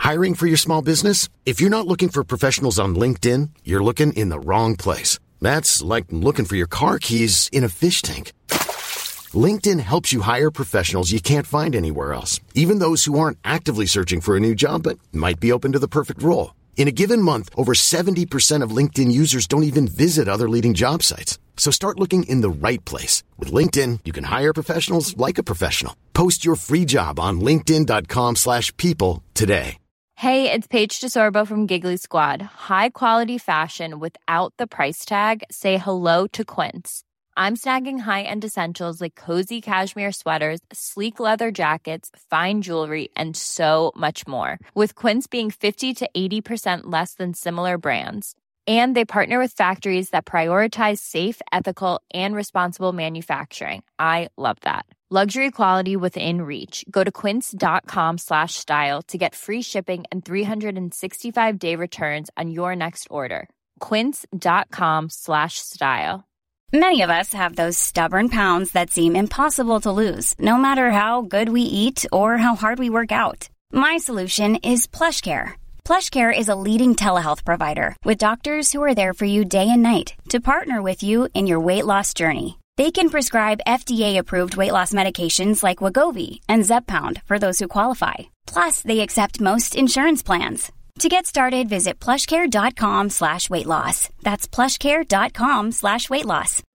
Hiring for your small business? If you're not looking for professionals on LinkedIn, you're looking in the wrong place. That's like looking for your car keys in a fish tank. LinkedIn helps you hire professionals you can't find anywhere else, even those who aren't actively searching for a new job but might be open to the perfect role. In a given month, over 70% of LinkedIn users don't even visit other leading job sites. So start looking in the right place. With LinkedIn, you can hire professionals like a professional. Post your free job on linkedin.com/people today. Hey, it's Paige DeSorbo from Giggly Squad. High quality fashion without the price tag. Say hello to Quince. I'm snagging high-end essentials like cozy cashmere sweaters, sleek leather jackets, fine jewelry, and so much more. With Quince being 50 to 80% less than similar brands. And they partner with factories that prioritize safe, ethical, and responsible manufacturing. I love that. Luxury quality within reach. Go to quince.com/style to get free shipping and 365-day returns on your next order. Quince.com/style. Many of us have those stubborn pounds that seem impossible to lose, no matter how good we eat or how hard we work out. My solution is PlushCare. PlushCare is a leading telehealth provider with doctors who are there for you day and night to partner with you in your weight loss journey. They can prescribe FDA-approved weight loss medications like Wegovy and Zepbound for those who qualify. Plus, they accept most insurance plans. To get started, visit plushcare.com/weightloss. That's plushcare.com/weightloss.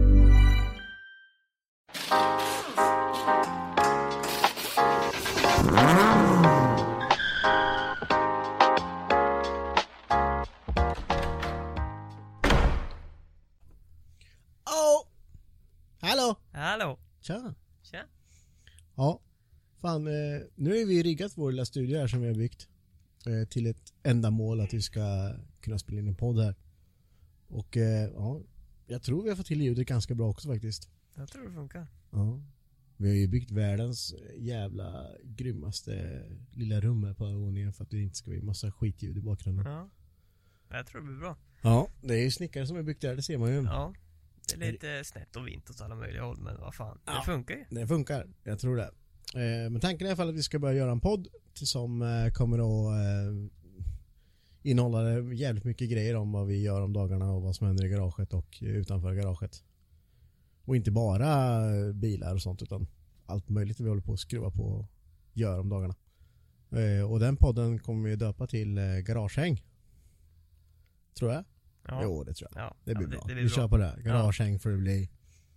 Oh! Hallå! Hallå! Tja! Tja! Ja, fan, nu är vi riggat vår lilla studio här som vi har byggt till ett ändamål att vi ska kunna spela in en podd här. Och ja, jag tror vi har fått till ljudet ganska bra också faktiskt. Jag tror det funkar. Ja. Vi har ju byggt världens jävla grymmaste lilla rum här på våningen för att det inte ska bli massa skitljud i bakgrunden. Ja. Jag tror det blir bra. Ja, det är ju snickare som är byggt där, det ser man ju. Ja. Det är lite snett och vint åt alla möjliga håll, men vad fan, det funkar ju. Det funkar, jag tror det. Men tanken är i alla fall att vi ska börja göra en podd som kommer att innehålla jävligt mycket grejer om vad vi gör om dagarna och vad som händer i garaget och utanför garaget. Och inte bara bilar och sånt utan allt möjligt vi håller på att skruva på och göra om dagarna. Och den podden kommer vi döpa till Garagehäng. Tror jag. Ja. Jo, det tror jag. Ja. Det blir bra. Det blir vi bra. kör på det. Garagehäng för det bli.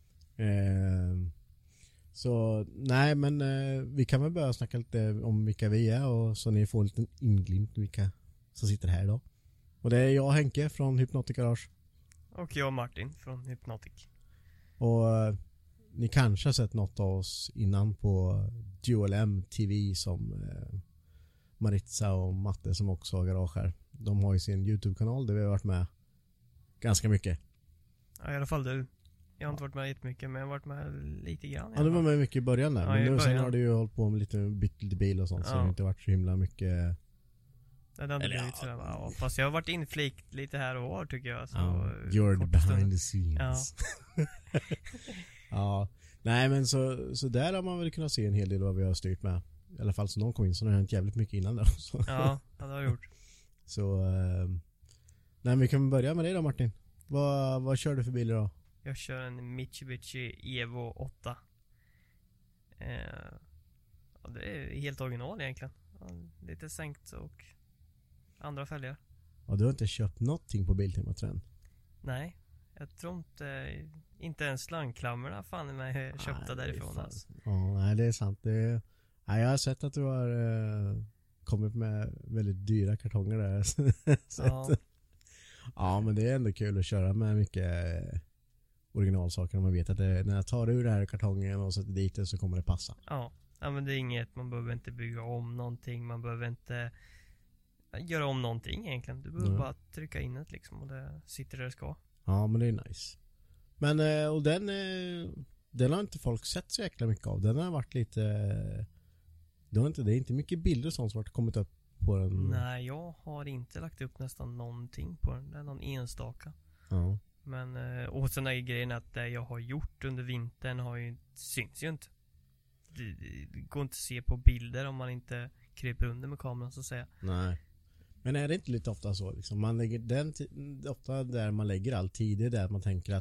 Så nej, men vi kan väl börja snacka lite om vilka vi är och så ni får en liten inglimt vilka som sitter här idag. Och det är jag, Henke från Hypnotic Garage. Och jag, Martin från Hypnotic. Och ni kanske har sett något av oss innan på Dual M TV som Maritza och Matte som också har garage här. De har ju sin YouTube-kanal där vi har varit med ganska mycket. Ja, i alla fall du. Jag har inte varit med jättemycket, men jag har varit med lite grann. Ja, du var med mycket i början där. Ja, men nu början. sen har du ju hållit på med bytt lite bil och sånt. Så det har inte varit så himla mycket. Det har inte blivit sådär. Ja, fast jag har varit inflikt lite här och var tycker jag. Så you're the behind the scenes. Ja. Ja. Nej, men så där har man väl kunnat se en hel del vad vi har styrt med. I alla fall så någon kom in så har det hänt jävligt mycket innan där också. Ja, det har jag gjort. Så nej, vi kan börja med dig då, Martin. Vad kör du för bil då? Jag kör en Mitsubishi Evo 8. Det är helt original egentligen. Lite sänkt och andra fälgar. Ja, du har inte köpt någonting på Biltema än? Nej, jag tror inte ens slangklammerna fan är mig köpta därifrån alltså. Ja, nej, det är sant. Nej, jag har sett att du har kommit med väldigt dyra kartonger där. Ja. Ja, men det är ändå kul att köra med mycket originalsaker. Man vet att när jag tar ur den här kartongen och sätter dit det så kommer det passa. Ja, men det är inget, man behöver inte bygga om någonting. Man behöver inte göra om någonting egentligen. Du behöver bara trycka in det liksom och det sitter där det ska. Ja, men det är nice. Men och den har inte folk sett så jäkla mycket av. Den har varit lite det är inte mycket bilder och sånt som har kommit upp på den. Nej, jag har inte lagt upp nästan någonting på den. Det är någon enstaka. Ja. Men och sen är grejen att det jag har gjort under vintern syns ju inte. Det går inte att se på bilder om man inte kryper under med kameran så att säga. Nej. Men är det inte lite ofta så liksom, man lägger ofta där man lägger all tid, det är där man tänker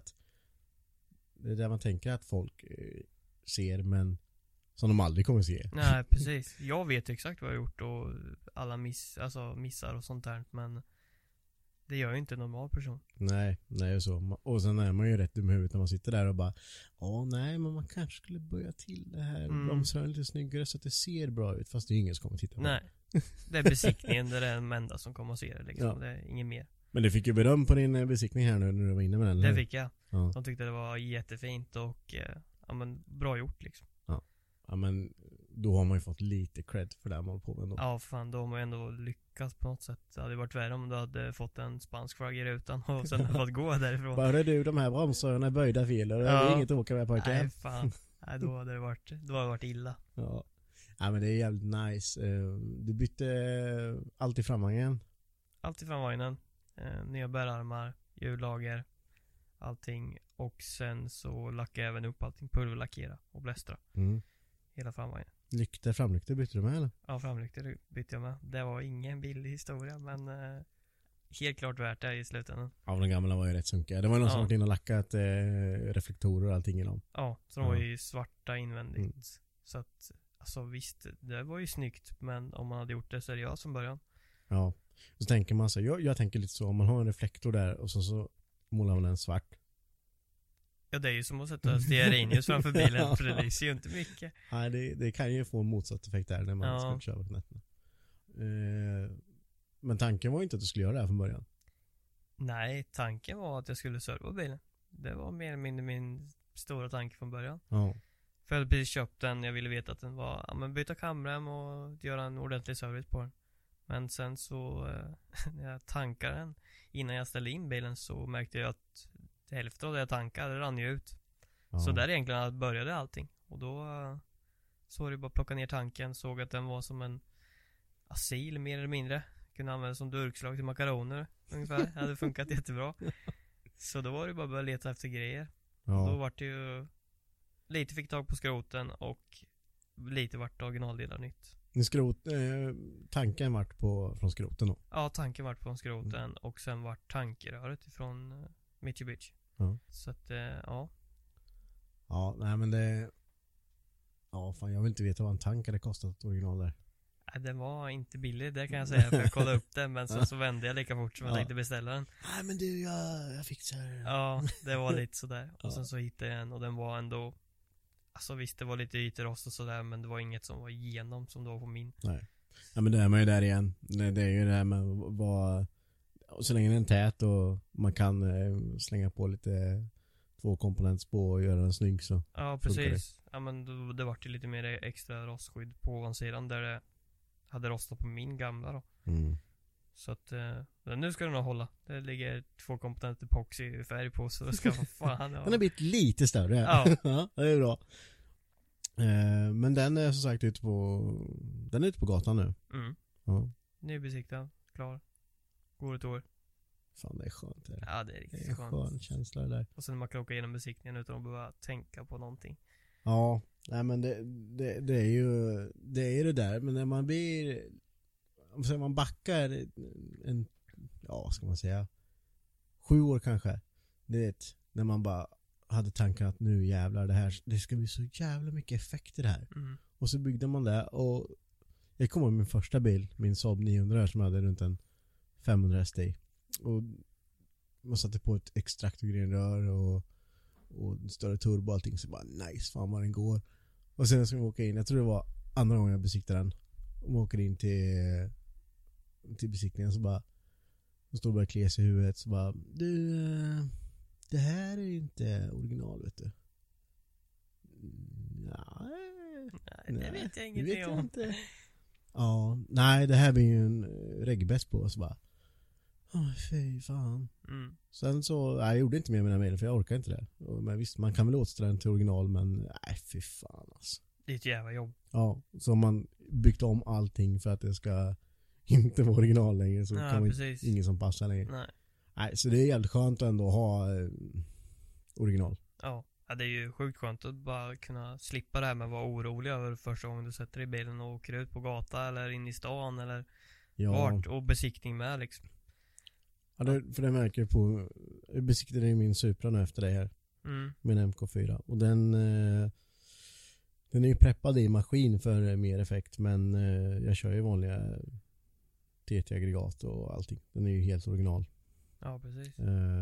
att folk ser, men som de aldrig kommer se. Nej, precis. Jag vet exakt vad jag har gjort och alla missar och sånt där, men det gör ju inte en normal person. Nej, så. Och sen är man ju rätt dum i huvudet när man sitter där och bara nej, men man kanske skulle börja till det här bromsrören lite snyggare så att det ser bra ut, fast det är ingen som kommer titta på. Nej, det är besiktningen, det är den enda som kommer att se det liksom. Ja. Det är ingen mer. Men du fick ju beröm på din besiktning här nu när du var inne med den. Det fick jag. Ja. De tyckte det var jättefint och bra gjort liksom. Ja, men då har man ju fått lite cred för det man håller på med ändå. Ja, fan, då har man ju ändå lyckats på något sätt. Det hade varit värre om du hade fått en spansk flagg i rutan och sen fått gå därifrån. Bara du, de här bromsrörarna är böjda fel och det är inget att åka med pojkar. Nej, fan. Nej, då hade det varit illa. Ja. Ja, men det är jävligt nice. Du bytte allt i framvagnen? Allt i framvagnen. Nya bärarmar, hjullager, allting. Och sen så lackade jag även upp allting. Pulverlackera och blästra. Hela framvagnen. Framlyktor bytte du med eller? Ja, framlyktor bytte jag med. Det var ingen billig historia, men helt klart värt det i slutändan. Ja, de gamla var ju rätt sunkiga. Det var någon som varit inne och lackat reflektorer och allting i dem. Ja, så de var ju svarta invändigt. Så att, alltså visst, det var ju snyggt, men om man hade gjort det seriöst från början. Ja, så tänker man så. Jag tänker lite så, om man har en reflektor där och så målar man den svart. Ja, det är ju som att sätta stearinljus framför bilen, för det lyser ju inte mycket. Nej, det kan ju få en motsatt effekt där när man ska köra på nätterna. Men tanken var ju inte att du skulle göra det här från början. Nej, tanken var att jag skulle serva bilen. Det var mer eller mindre min stora tanke från början. Ja. För jag hade precis köpt den, jag ville veta att den var, byta kamrem och göra en ordentlig service på den. Men sen så, när jag tankade den, innan jag ställde in bilen, så märkte jag att hälften av det jag tankade rann ju ut. Ja. Så där egentligen började allting. Och då så var det bara att plocka ner tanken, såg att den var som en asyl mer eller mindre. Kunde använda som durkslag till makaroner ungefär. Det hade funkat jättebra. Så då var det bara att börja leta efter grejer. Ja. Då var det ju lite fick tag på skroten och lite vart originaldelar nytt. Tanken vart från skroten då? Ja, tanken vart från skroten och sen vart tankröret ifrån Mitsubishi. Ja. Så att, ja. Ja, nej men det... Ja, fan, jag vill inte veta vad en tank hade kostat original där. Nej, den var inte billig, det kan jag säga, för jag kollade upp den, men sen så vände jag lika fort som jag tänkte beställa den. Nej, men du, jag fixar. Ja, det var lite sådär. Och sen så hittade jag en och den var ändå... Alltså visst, det var lite yterost och sådär, men det var inget som var igenom som det var på min. Nej. Ja, men det är man ju där igen. Det är ju det här med vad... Så länge den är tät och man kan slänga på lite tvåkomponents på och göra den snygg så. Ja, precis. Ja, men det var ju lite mer extra rostskydd på ovansidan där det hade rostat på min gamla då. Så att nu ska den nog hålla. Det ligger 2 komponenter epoxy färg på, så det ska vara fan. Ja. Den har blivit lite större. Ja. Ja, det är bra. Men den är som sagt ute på gatan nu. Ja. Nybesiktad, klar. Går ett år. Fan, det är skönt. Ja, det är riktigt skönt. Det är en skön känsla där. Och sen man kan åka igenom besiktningen utan att behöva tänka på någonting. Ja, nej men det är ju det där. Men när man blir, om man backar vad ska man säga, 7 år kanske. Det är när man bara hade tanken att nu jävlar, det ska bli så jävla mycket effekt i det här. Och så byggde man det, och jag kommer ihåg min första bil, min Saab 900 som hade runt en 500 ST. Och man satte på ett extraktogrenrör och större turbo och allting, så bara nice, fan vad den går. Och sen ska vi åka in, jag tror det var andra gången jag besiktade den, och man åker in till besiktningen, så bara så står det bara klia sig i huvudet, så bara du, det här är inte original, vet du. Nej, det vet jag ingenting om. Inte. Ja, nej, det här blir ju en regbäst på, så bara fy fan. Sen så, jag gjorde inte mer med den här bilen för jag orkar inte det. Men visst, man kan väl återställa den till original, men nej, fy fan alltså. Det är ett jävla jobb. Ja, så man byggt om allting för att det ska inte vara original längre, så kan man ingen som passar längre. Nej, så det är jävligt skönt ändå att ha original. Ja, Ja, det är ju sjukt skönt att bara kunna slippa det här med att vara orolig över första gången du sätter dig i bilen och åker ut på gata eller in i stan eller vart, och besiktning med liksom. Ja, för det märker jag på. Jag besiktade ju min Supra nu efter det här. Min MK4. Och den är ju preppad i maskin för mer effekt, men jag kör ju vanliga TT-aggregat och allting. Den är ju helt original. Ja, precis.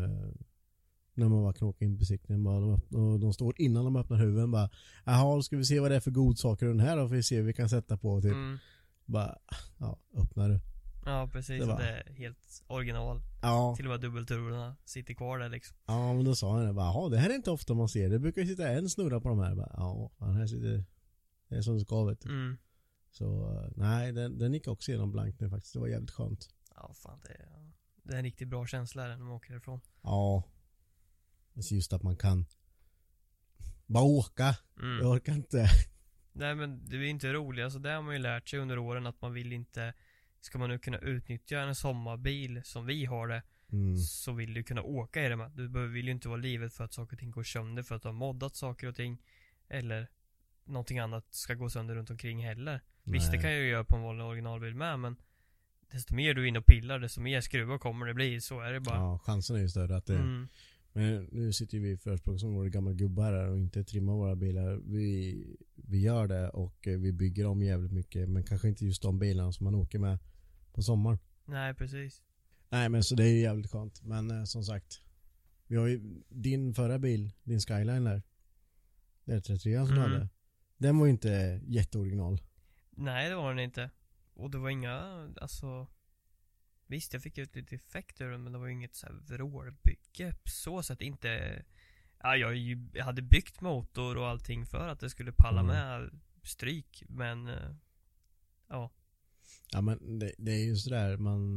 När man bara kan åka in besiktningen och de står innan de öppnar huven bara, jaha, då ska vi se vad det är för godsaker den här då, för vi se vad vi kan sätta på typ. Bara, ja, öppnar du. Ja, precis. Det är helt original. Ja. Till och med dubbelturerna sitter kvar där liksom. Ja, men då sa han bara, jaha, det här är inte ofta man ser. Det brukar ju sitta en snurra på de här. Bara, ja, den här sitter, det är som det ska, vet du. Så, nej, den gick också igenom blankt nu faktiskt. Det var jävligt skönt. Ja, fan, det är en riktigt bra känsla när man åker ifrån. Ja. Just att man kan bara åka. Jag orkar inte. Nej, men det är inte roligt. Alltså det har man ju lärt sig under åren att man vill inte. Ska man nu kunna utnyttja en sommarbil som vi har det, så vill du kunna åka i det med. Du vill ju inte vara livet för att saker och ting går sönder för att du har moddat saker och ting eller någonting annat ska gå sönder runt omkring heller. Nej. Visst, det kan jag ju göra på en vanlig originalbil med, men desto mer du är inne och pillar, desto mer skruvar kommer det bli. Så är det bara. Ja, chansen är ju större att det Men nu sitter vi i förspråk som våra gamla gubbar här och inte trimmar våra bilar. Vi gör det och vi bygger om jävligt mycket, men kanske inte just de bilarna som man åker med på sommaren. Nej, precis. Nej, men så det är ju jävligt skönt. Men som sagt, vi har ju din förra bil, din Skyline där. Det är 33 som du hade. Den var ju inte jätteoriginal. Nej, det var den inte. Och det var inga, alltså. Visst, jag fick ut lite effekt ur den, men det var ju inget så här vrålbygge. Så sätt inte. Ja, jag hade byggt motor och allting för att det skulle palla med stryk, men ja. Ja, men det är ju sådär,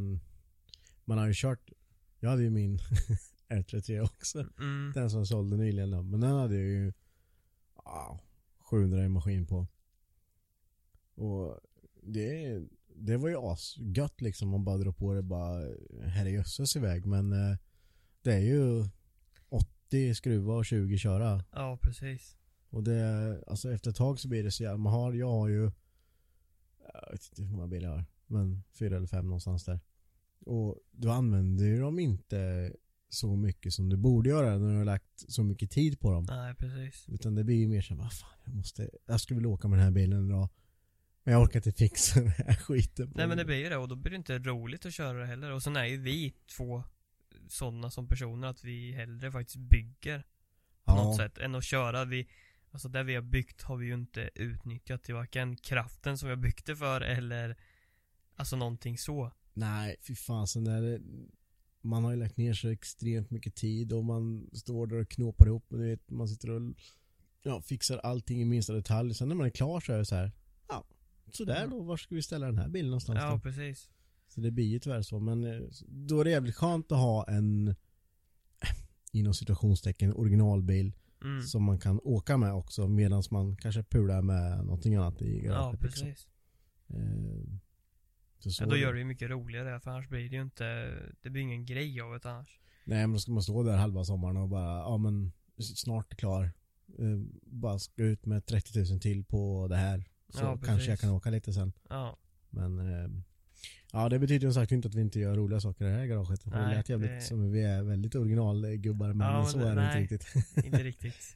man har ju kört. Jag hade ju min R33 också. Den som sålde nyligen då. Men den hade ju 700 i maskin på. Och det var ju asgött liksom. Man bara drar på det bara herrejösses iväg. Men det är ju 80 skruva och 20 köra. Ja, precis. Och det, alltså efter ett tag så blir det så jävla. Jag har ju, jag vet inte hur många bilar jag har, men 4 eller 5 någonstans där. Och du använder ju dem inte så mycket som du borde göra när du har lagt så mycket tid på dem. Nej, precis. Utan det blir ju mer så vad fan, jag skulle vilja åka med den här bilen idag. Men jag orkar inte fixa den här skiten på. Nej, men det blir ju det, och då blir det inte roligt att köra det heller. Och sen är ju vi två sådana som personer att vi hellre faktiskt bygger på något sätt än att köra. Alltså där vi har byggt har vi ju inte utnyttjat till varken kraften som vi har byggt det för eller alltså någonting så. Nej, fy fan, sen där man har ju lagt ner så extremt mycket tid och man står där och knåpar ihop och vet, man sitter och fixar allting i minsta detalj. Sen när man är klar så är det så här, så där då, var ska vi ställa den här bilen någonstans då? Ja, precis. Så det blir ju tyvärr så, men då är det jävligt skönt att ha en inom situationstecken originalbil som man kan åka med också medan man kanske pular med någonting annat i garaget. Ja, precis. Så då gör det ju mycket roligare, för annars blir det ju inte, det blir ingen grej av det annars. Nej, men då ska man stå där halva sommaren och bara, men snart är klar. Bara ska ut med 30 000 till på det här. Så kanske jag kan åka lite sen. Ja. Men det betyder ju sagt inte att vi inte gör roliga saker i det här garaget. Nej, det lät jävligt som vi är väldigt originalgubbar, men så är det inte riktigt. Inte riktigt.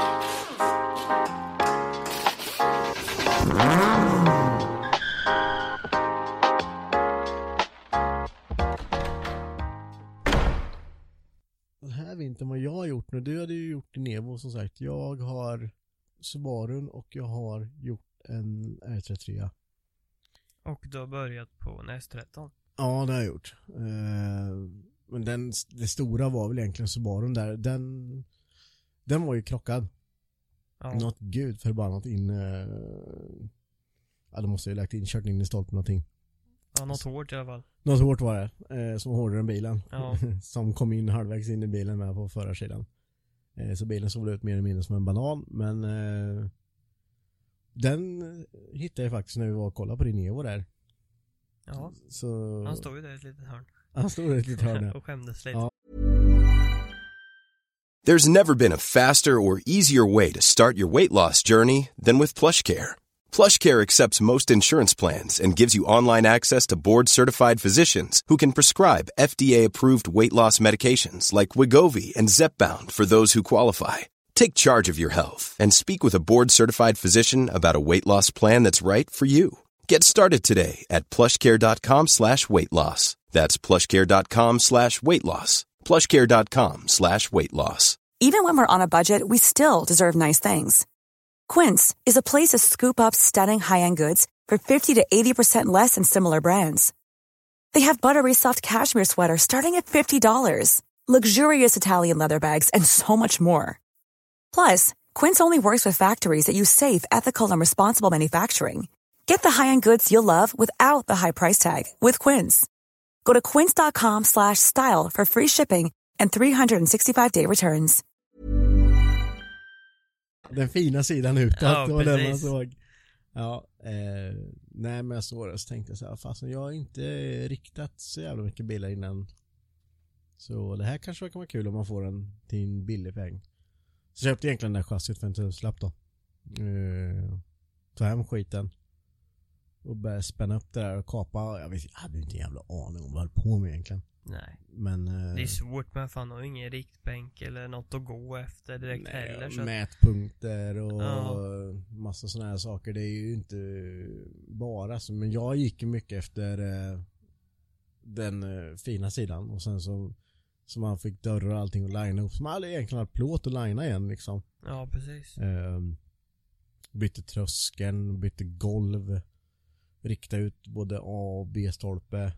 Den här vintern, vad jag har gjort nu, du hade ju gjort din Evo som sagt. Jag har Subarun och jag har gjort en R33. Och du har börjat på en S13? Ja, det har jag gjort. Men det stora var väl egentligen Subarun där. Den var ju krockad. Ja. Något gud förbannat in. Ja, de måste ju lagt in, kört in i stolpen någonting. Ja, något hårt i alla fall. Något hårt var det. Som hårdare än bilen. Ja. Som kom in halvvägs in i bilen med på förarsidan. Så bilen såg ut mer eller mindre som en banan. Men den hittade jag faktiskt när vi var och kollade på din Evo där. Ja, så han stod ju där i ett litet hörn. Han stod i ett litet hörn. Och skämdes lite. Ja. There's never been a faster or easier way to start your weight loss journey than with PlushCare. PlushCare accepts most insurance plans and gives you online access to board-certified physicians who can prescribe FDA-approved weight loss medications like Wegovy and Zepbound for those who qualify. Take charge of your health and speak with a board-certified physician about a weight loss plan that's right for you. Get started today at plushcare.com/weightloss. That's plushcare.com/weightloss. plushcare.com/weightloss. Even when we're on a budget, we still deserve nice things. Quince is a place to scoop up stunning high-end goods for 50 to 80% less than similar brands. They have buttery soft cashmere sweaters starting at $50, luxurious Italian leather bags, and so much more. Plus, Quince only works with factories that use safe, ethical, and responsible manufacturing. Get the high-end goods you'll love without the high price tag with Quince. Go to quince.com/style for free shipping and 365-day returns. Den fina sidan utåt, Ja, det var den man precis. såg. Ja, nej men jag såg det och så tänkte jag så här, fastän jag har inte riktat så jävla mycket bilar innan. Så det här kanske kan vara kul om man får den till en billig peng. Så jag köpte egentligen den där chassit för en tusenlapp då. Tog hem skiten. Och började spänna upp det där och kapa. Jag hade inte en jävla aning om vad jag höll på med egentligen. Nej. Men Det är svårt, men fan har ju ingen riktbänk eller något att gå efter direkt heller. Så mätpunkter och Ja. massa såna här saker. Det är ju inte bara så. Men jag gick ju mycket efter den fina sidan. Och sen så man fick dörrar och allting och linea upp. Som aldrig egentligen hade plåt att linea igen liksom. Ja, precis. Bytte tröskeln, bytte golv. Rikta ut både A och B-stolpe.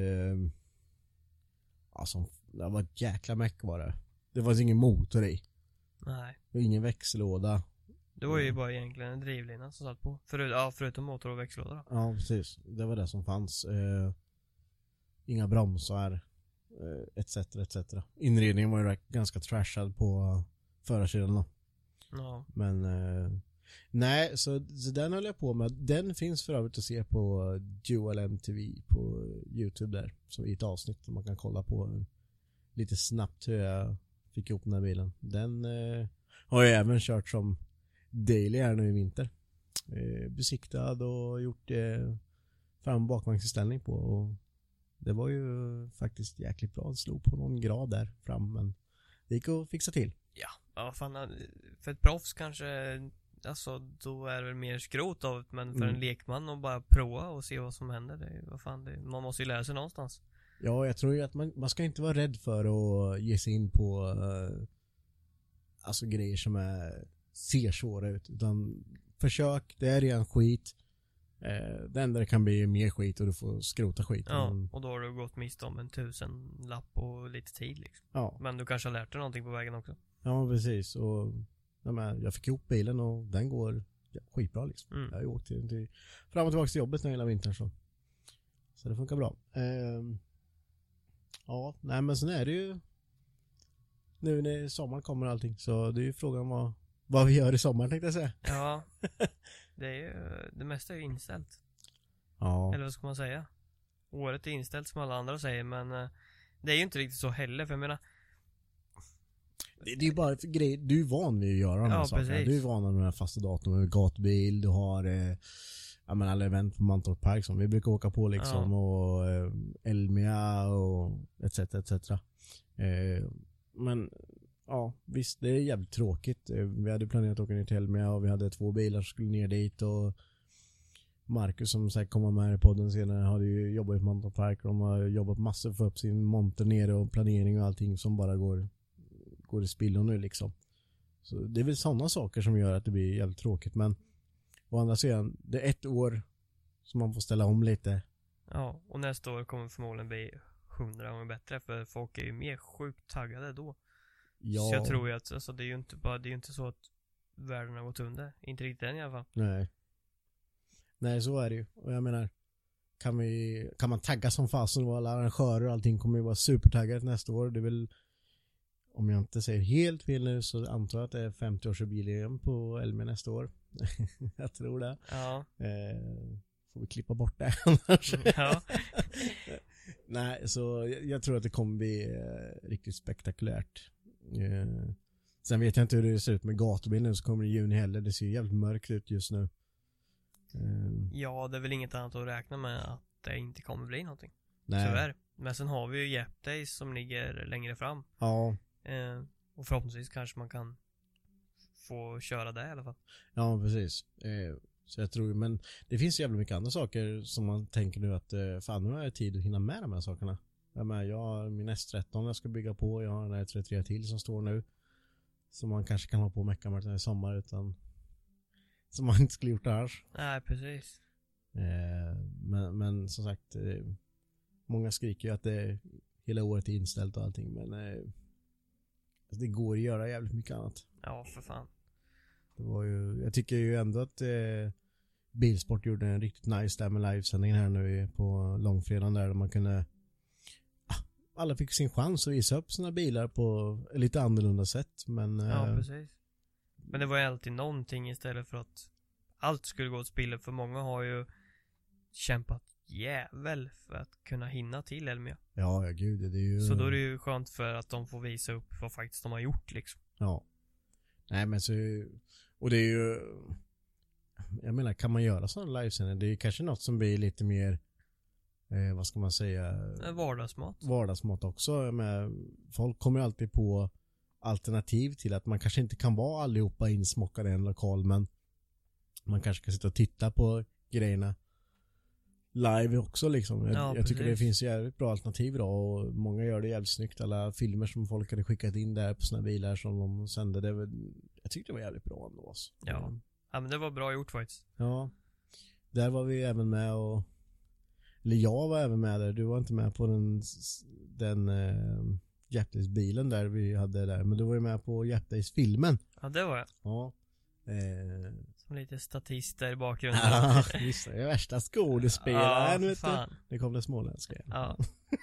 Alltså, det var ett jäkla mäck var det. Det fanns ingen motor i. Nej. Och ingen växellåda. Det var ju bara egentligen en drivlina som satt på. Förutom motor och växellåda då. Ja, precis. Det var det som fanns. Inga bromsar. Etc. Inredningen var ju ganska trashad på förarsidan då. Ja. Men nej, så den höll jag på med. Den finns för övrigt att se på Dual MTV på YouTube där. Så i ett avsnitt som man kan kolla på lite snabbt hur jag fick ihop den här bilen. Den har jag även kört som daily här nu i vinter. Besiktad och gjort fram- och bakvagnsinställning på. Och det var ju faktiskt jäkligt bra. Det slog på någon grad där fram, men det gick att fixa till. Ja, fan, för ett proffs kanske, alltså då är det väl mer skrot av, men för en lekman att bara prova och se vad som händer, man måste ju lära sig någonstans. Ja, jag tror ju att man ska inte vara rädd för att ge sig in på alltså grejer som ser svåra ut, utan försök, det är redan skit. Det enda det kan bli mer skit och du får skrota skit. Ja, och då har du gått miste om en 1000-lapp och lite tid liksom. Ja. Men du kanske har lärt dig någonting på vägen också. Ja, precis. Och jag fick ihop bilen och den går skitbra liksom. Jag har ju åkt till fram och tillbaka till jobbet hela vintern så det funkar bra. Ja, nej men sen är det ju nu när sommaren kommer och allting, så det är ju frågan vad vi gör i sommar, tänkte jag säga. Ja. Det mesta är ju inställt. Ja. Eller vad ska man säga? Året är inställt som alla andra säger, men det är ju inte riktigt så heller, för jag menar, Det är ju bara för grejer, du är van vid att göra de här sakerna. precis. Du är van med de här fasta datum med gatbil, du har alla event på Mantorp Park som vi brukar åka på liksom, och Elmia och etc. Men ja, visst, det är jävligt tråkigt. Vi hade planerat att åka ner till Elmia och vi hade 2 bilar som skulle ner dit, och Marcus som säkert kommer med i podden senare hade ju jobbat i Mantorp Park och de har jobbat massor för att få upp sin monter nere och planering och allting som bara går i spillo nu liksom. Så det är väl sådana saker som gör att det blir jävligt tråkigt, men å andra sidan, det är 1 år som man får ställa om lite. ja, och nästa år kommer förmodligen bli 100 gånger bättre, för folk är ju mer sjukt taggade då. Ja. Så jag tror ju att alltså, det är ju inte så att världen har gått under. Inte riktigt än i alla fall. Nej, så är det ju. Och jag menar, kan man tagga som fasen, och alla arrangörer och allting kommer ju vara supertaggade nästa år. Det är väl, om jag inte säger helt fel nu, så antar jag att det är 50-årsjubileum på Elmia nästa år. Jag tror det. Ja. Får vi klippa bort det annars? Ja. Nej, så jag tror att det kommer bli riktigt spektakulärt. Sen vet jag inte hur det ser ut med gatubil nu, så kommer det juni heller. Det ser jävligt mörkt ut just nu. Ja, det är väl inget annat att räkna med att det inte kommer bli någonting. Nej. Tyvärr. Men sen har vi ju Yep Days som ligger längre fram. Ja. Och förhoppningsvis kanske man kan få köra det i alla fall. Ja, precis. Så jag tror, men det finns jävligt mycket andra saker som man tänker nu att fan, nu har jag tid att hinna med de här sakerna. Jag har min S13 jag ska bygga på, jag har en R33 till som står nu. Som man kanske kan ha på mecka med i sommar utan som man inte skulle gjort där. Nej, precis. Men som sagt, många skriker ju att hela året är inställt och allting, men alltså det går att göra jävligt mycket annat. Ja, för fan. Det var ju, jag tycker ju ändå att Bilsport gjorde en riktigt nice där med livesändningen här nu på långfredagen där man kunde alla fick sin chans att visa upp sina bilar på ett lite annorlunda sätt, men ja, precis. Men det var ju alltid någonting istället för att allt skulle gå åt spillet, för många har ju kämpat jävel för att kunna hinna till Elmia. Ja, gud, det är ju... Så då är det ju skönt för att de får visa upp vad faktiskt de har gjort liksom. Ja. Nej, men så... Och det är ju... Jag menar, kan man göra sådana livesändningar? Det är ju kanske något som blir lite mer... vad ska man säga? Vardagsmat. Vardagsmat också. Men folk kommer ju alltid på alternativ till att man kanske inte kan vara allihopa insmockade i en lokal, men man kanske kan sitta och titta på grejerna live också liksom. Jag tycker det finns jävligt bra alternativ idag och många gör det jävligt snyggt. Alla filmer som folk hade skickat in där på sina bilar som de sände, jag tyckte det var jävligt bra ändå. Alltså. Ja, men det var bra gjort faktiskt. Ja, där var vi även med och eller jag var även med där. Du var inte med på den Japdays-bilen där vi hade där, men du var ju med på Japdays-filmen. Ja, det var jag. Ja. Som lite statister i bakgrunden. Ja, visst. Jag är värsta skådespelaren, ja, vet du. Det kom det småländska igen. Ja.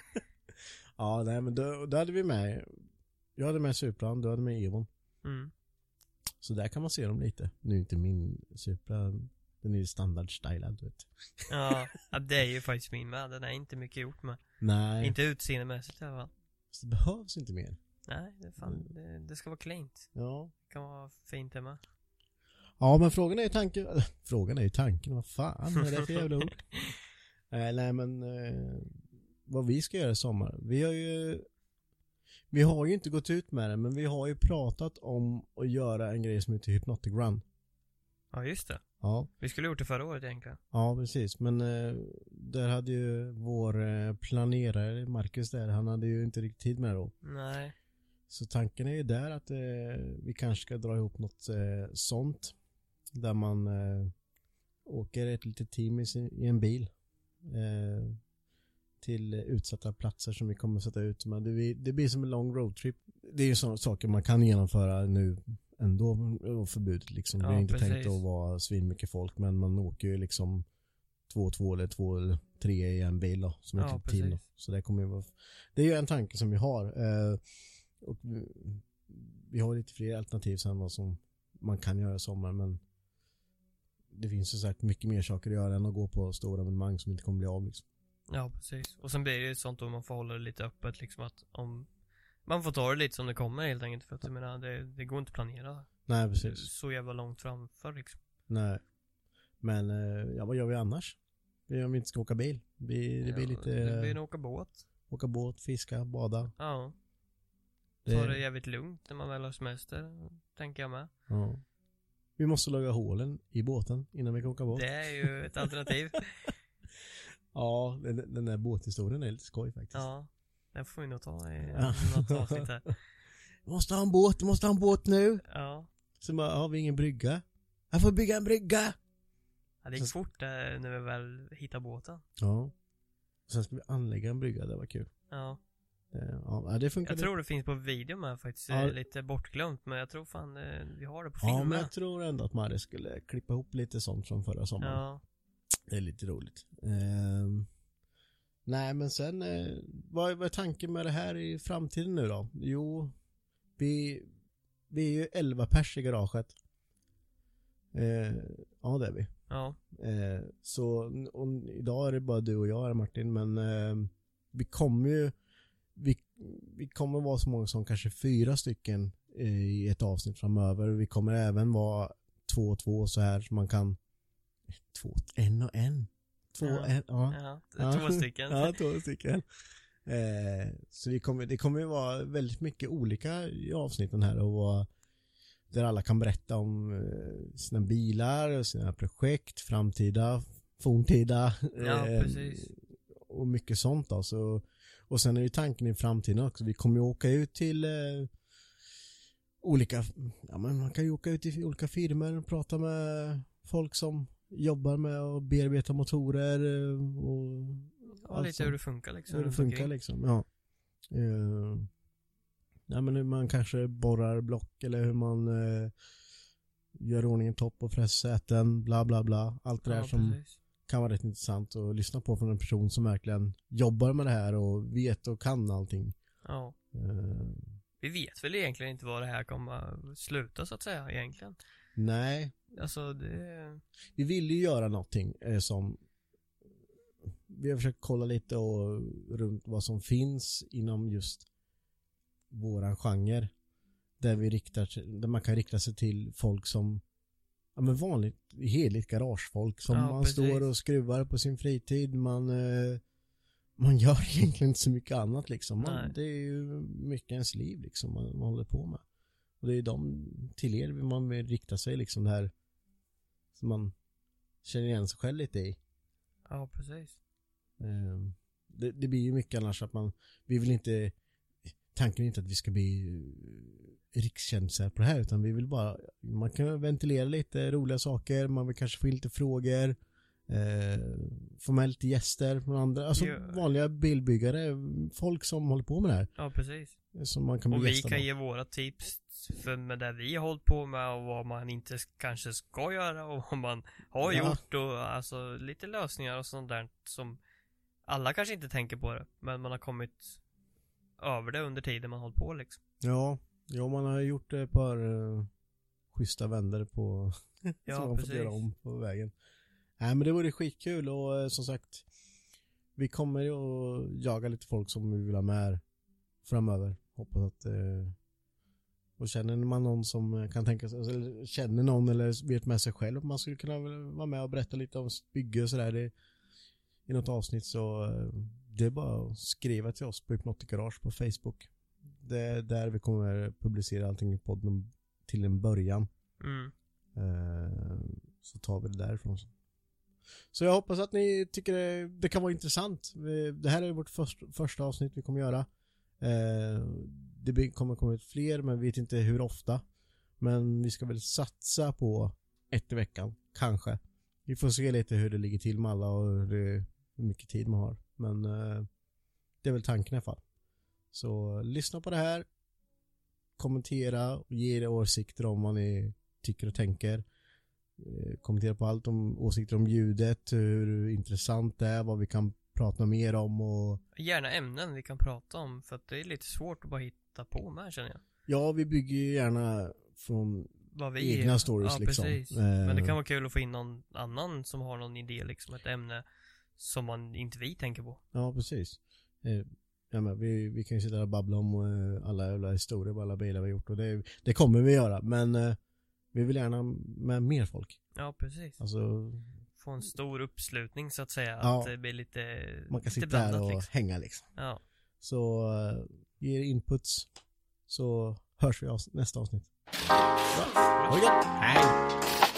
Ja, nej, men då hade vi med. Jag hade med Supran, du hade med Evon. Mm. Så där kan man se dem lite. Nu är inte min Supra, den är ju standardstilad, vet du. Ja, det är ju faktiskt min med. Den är inte mycket gjort med. Nej. Inte utseendemässigt i alla fall. Så det behövs inte mer. Nej, det ska vara cleant. Ja. Det kan vara fint det med. Ja, men frågan är ju tanken, vad fan är det för jävla ord? Nej, men vad vi ska göra i sommar. Vi har ju inte gått ut med det, men vi har ju pratat om att göra en grej som heter Hypnotic Run. Ja, just det. Ja. Vi skulle gjort det förra året egentligen. Ja, precis. Men där hade ju vår planerare, Marcus där, han hade ju inte riktigt tid med det då. Nej. Så tanken är ju där att vi kanske ska dra ihop något sånt. Där man åker ett litet team i en bil till utsatta platser som vi kommer att sätta ut. Men det blir som en lång roadtrip. Det är ju sådana saker man kan genomföra nu ändå, förbudet liksom. Ja, det är inte precis. tänkt att vara svin mycket folk, men man åker ju liksom 2 eller 3 i en bil då, som ett litet team då. Så det kommer ju vara... Det är ju en tanke som vi har. Och vi har lite fler alternativ sen vad som man kan göra i sommar, men det finns ju sagt mycket mer saker att göra än att gå på stora evenemang som inte kommer bli av liksom. Ja, precis. Och sen blir det ju sånt då man får hålla det lite öppet liksom, att om man får ta det lite som det kommer helt enkelt, för att jag menar, det går inte att planera. Nej, precis. Så jävla långt framför liksom. Nej. Men vad gör vi annars? Om vi inte ska åka bil. Det blir lite... Det blir åka båt. Åka båt, fiska, bada. Ja. Ta det jävligt lugnt när man väl har semester, tänker jag med. Ja. Vi måste laga hålen i båten innan vi kan åka båt. Det är ju ett alternativ. Ja, den där båthistorien är lite skoj faktiskt. Ja, den får vi nog ta i något avsnitt här. Du måste ha en båt nu. Ja. Så bara, har vi ingen brygga? Jag får bygga en brygga. Ja, det gick fort när vi väl hittade båten. Ja. Sen ska vi anlägga en brygga, det var kul. Ja. Ja, det funkar. Jag tror det finns på video med faktiskt, lite bortglömt, men jag tror fan vi har det på film. Ja, men jag tror ändå att Marie skulle klippa ihop lite sånt från förra sommaren. Ja. Det är lite roligt. Nej, men sen vad är tanken med det här i framtiden nu då? Jo, vi är ju 11 pers i garaget. Ja, det är vi. Ja. Så och idag är det bara du och jag här, Martin, men vi kommer vara så många som kanske 4 stycken i ett avsnitt framöver. Vi kommer även vara 2 och 2 så här, så man kan 1 och 1. 2 och 1. Ja. 2 stycken. Ja, 2 stycken. Så det kommer ju vara väldigt mycket olika i avsnitten här, och där alla kan berätta om sina bilar och sina projekt, framtida, forntida, precis. Och mycket sånt då. Och sen är ju tanken i framtiden också, vi kommer ju åka ut till man kan ju åka ut i olika firmor och prata med folk som jobbar med att bearbeta motorer och lite hur det funkar liksom. Hur det funkar liksom, ja. Men hur man kanske borrar block, eller hur man gör ordning topp och frässäten, bla bla bla. Allt det där som kan vara rätt intressant att lyssna på från en person som verkligen jobbar med det här och vet och kan allting. Ja. Vi vet väl egentligen inte vad det här kommer sluta så att säga egentligen. Nej. Alltså vi vill ju göra någonting som vi har försökt kolla lite runt vad som finns inom just våran genre, där man kan rikta sig till folk som vanligt heligt garagefolk som man står och skruvar på sin fritid. Man gör egentligen inte så mycket annat liksom. Det är ju mycket ens liv liksom man håller på med. Och det är de till er man vill rikta sig liksom, det här som man känner igen sig själv lite i. Ja, precis. Det blir ju mycket annars att vi vill inte, tanken är inte att vi ska bli rikskändisar på det här, utan vi vill bara, man kan ventilera lite roliga saker, man vill kanske få in lite frågor, få med lite gäster från andra, alltså vanliga bilbyggare, folk som håller på med det här. Ja, precis. Som man kan och vi kan ge våra tips för med det vi har hållit på med och vad man inte kanske ska göra och vad man har gjort, och alltså lite lösningar och sånt där som alla kanske inte tänker på det, men man har kommit över det under tiden man hållit på liksom. Ja, man har gjort ett par schyssta vänder på som man får göra om på vägen. Nej, men det vore skitkul, och som sagt, vi kommer ju att jaga lite folk som vi vill ha med framöver. Hoppas att och känner man någon som kan tänka sig, eller känner någon eller vet med sig själv, man skulle kunna vara med och berätta lite om bygge och sådär i något avsnitt, så det är bara att skriva till oss på Hypnotic Garage på Facebook. Det är där vi kommer publicera allting i podden till en början. Så tar vi det därifrån. Så jag hoppas att ni tycker det kan vara intressant. Det här är vårt första avsnitt vi kommer göra. Det kommer komma ut fler, men vi vet inte hur ofta. Men vi ska väl satsa på 1 i veckan, kanske. Vi får se lite hur det ligger till med alla och hur mycket tid man har. Men det är väl tanken i alla fall. Så lyssna på det här. Kommentera och ge era åsikter om vad ni tycker och tänker. Kommentera på allt om åsikter om ljudet, hur intressant det är, vad vi kan prata mer om, och gärna ämnen vi kan prata om, för att det är lite svårt att bara hitta på med, känner jag. Ja, vi bygger ju gärna från egna stories liksom. Precis. Men det kan vara kul att få in någon annan som har någon idé liksom, ett ämne som man inte vi tänker på. Ja, precis. Vi kan ju sitta och babbla om alla historier på alla bilar vi har gjort, och det kommer vi göra, men vi vill gärna med mer folk. Ja, precis. Alltså få en stor uppslutning så att säga, ja, att det blir lite man kan sitta blandat, där och liksom hänga liksom. Ja. Så ge er inputs, så hörs vi nästa avsnitt. Bra. Ha det gott. Hej.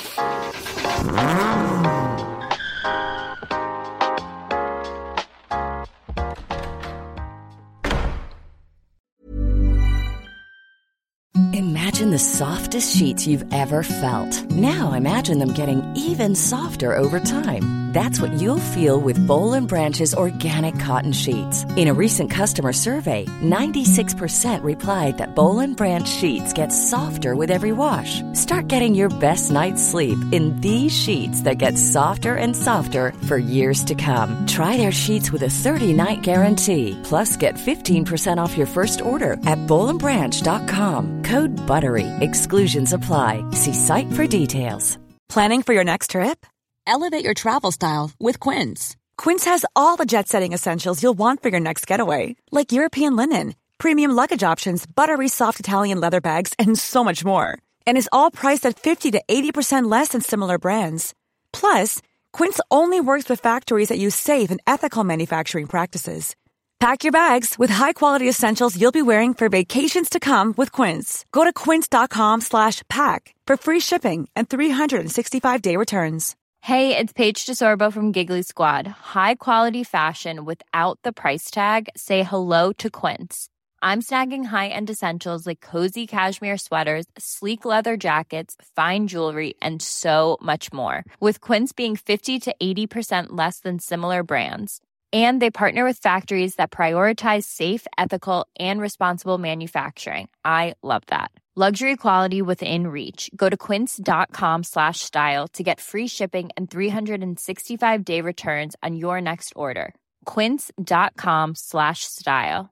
Imagine the softest sheets you've ever felt. Now imagine them getting even softer over time. That's what you'll feel with Boll & Branch's organic cotton sheets. In a recent customer survey, 96% replied that Boll & Branch sheets get softer with every wash. Start getting your best night's sleep in these sheets that get softer and softer for years to come. Try their sheets with a 30-night guarantee. Plus, get 15% off your first order at BollandBranch.com. Code BUTTERY. Exclusions apply. See site for details. Planning for your next trip? Elevate your travel style with Quince. Quince has all the jet-setting essentials you'll want for your next getaway, like European linen, premium luggage options, buttery soft Italian leather bags, and so much more. And is all priced at 50 to 80% less than similar brands. Plus, Quince only works with factories that use safe and ethical manufacturing practices. Pack your bags with high-quality essentials you'll be wearing for vacations to come with Quince. Go to quince.com/pack for free shipping and 365-day returns. Hey, it's Paige DeSorbo from Giggly Squad. High quality fashion without the price tag. Say hello to Quince. I'm snagging high-end essentials like cozy cashmere sweaters, sleek leather jackets, fine jewelry, and so much more. With Quince being 50 to 80% less than similar brands. And they partner with factories that prioritize safe, ethical, and responsible manufacturing. I love that. Luxury quality within reach. Go to quince.com/style to get free shipping and 365-day returns on your next order. Quince.com/style.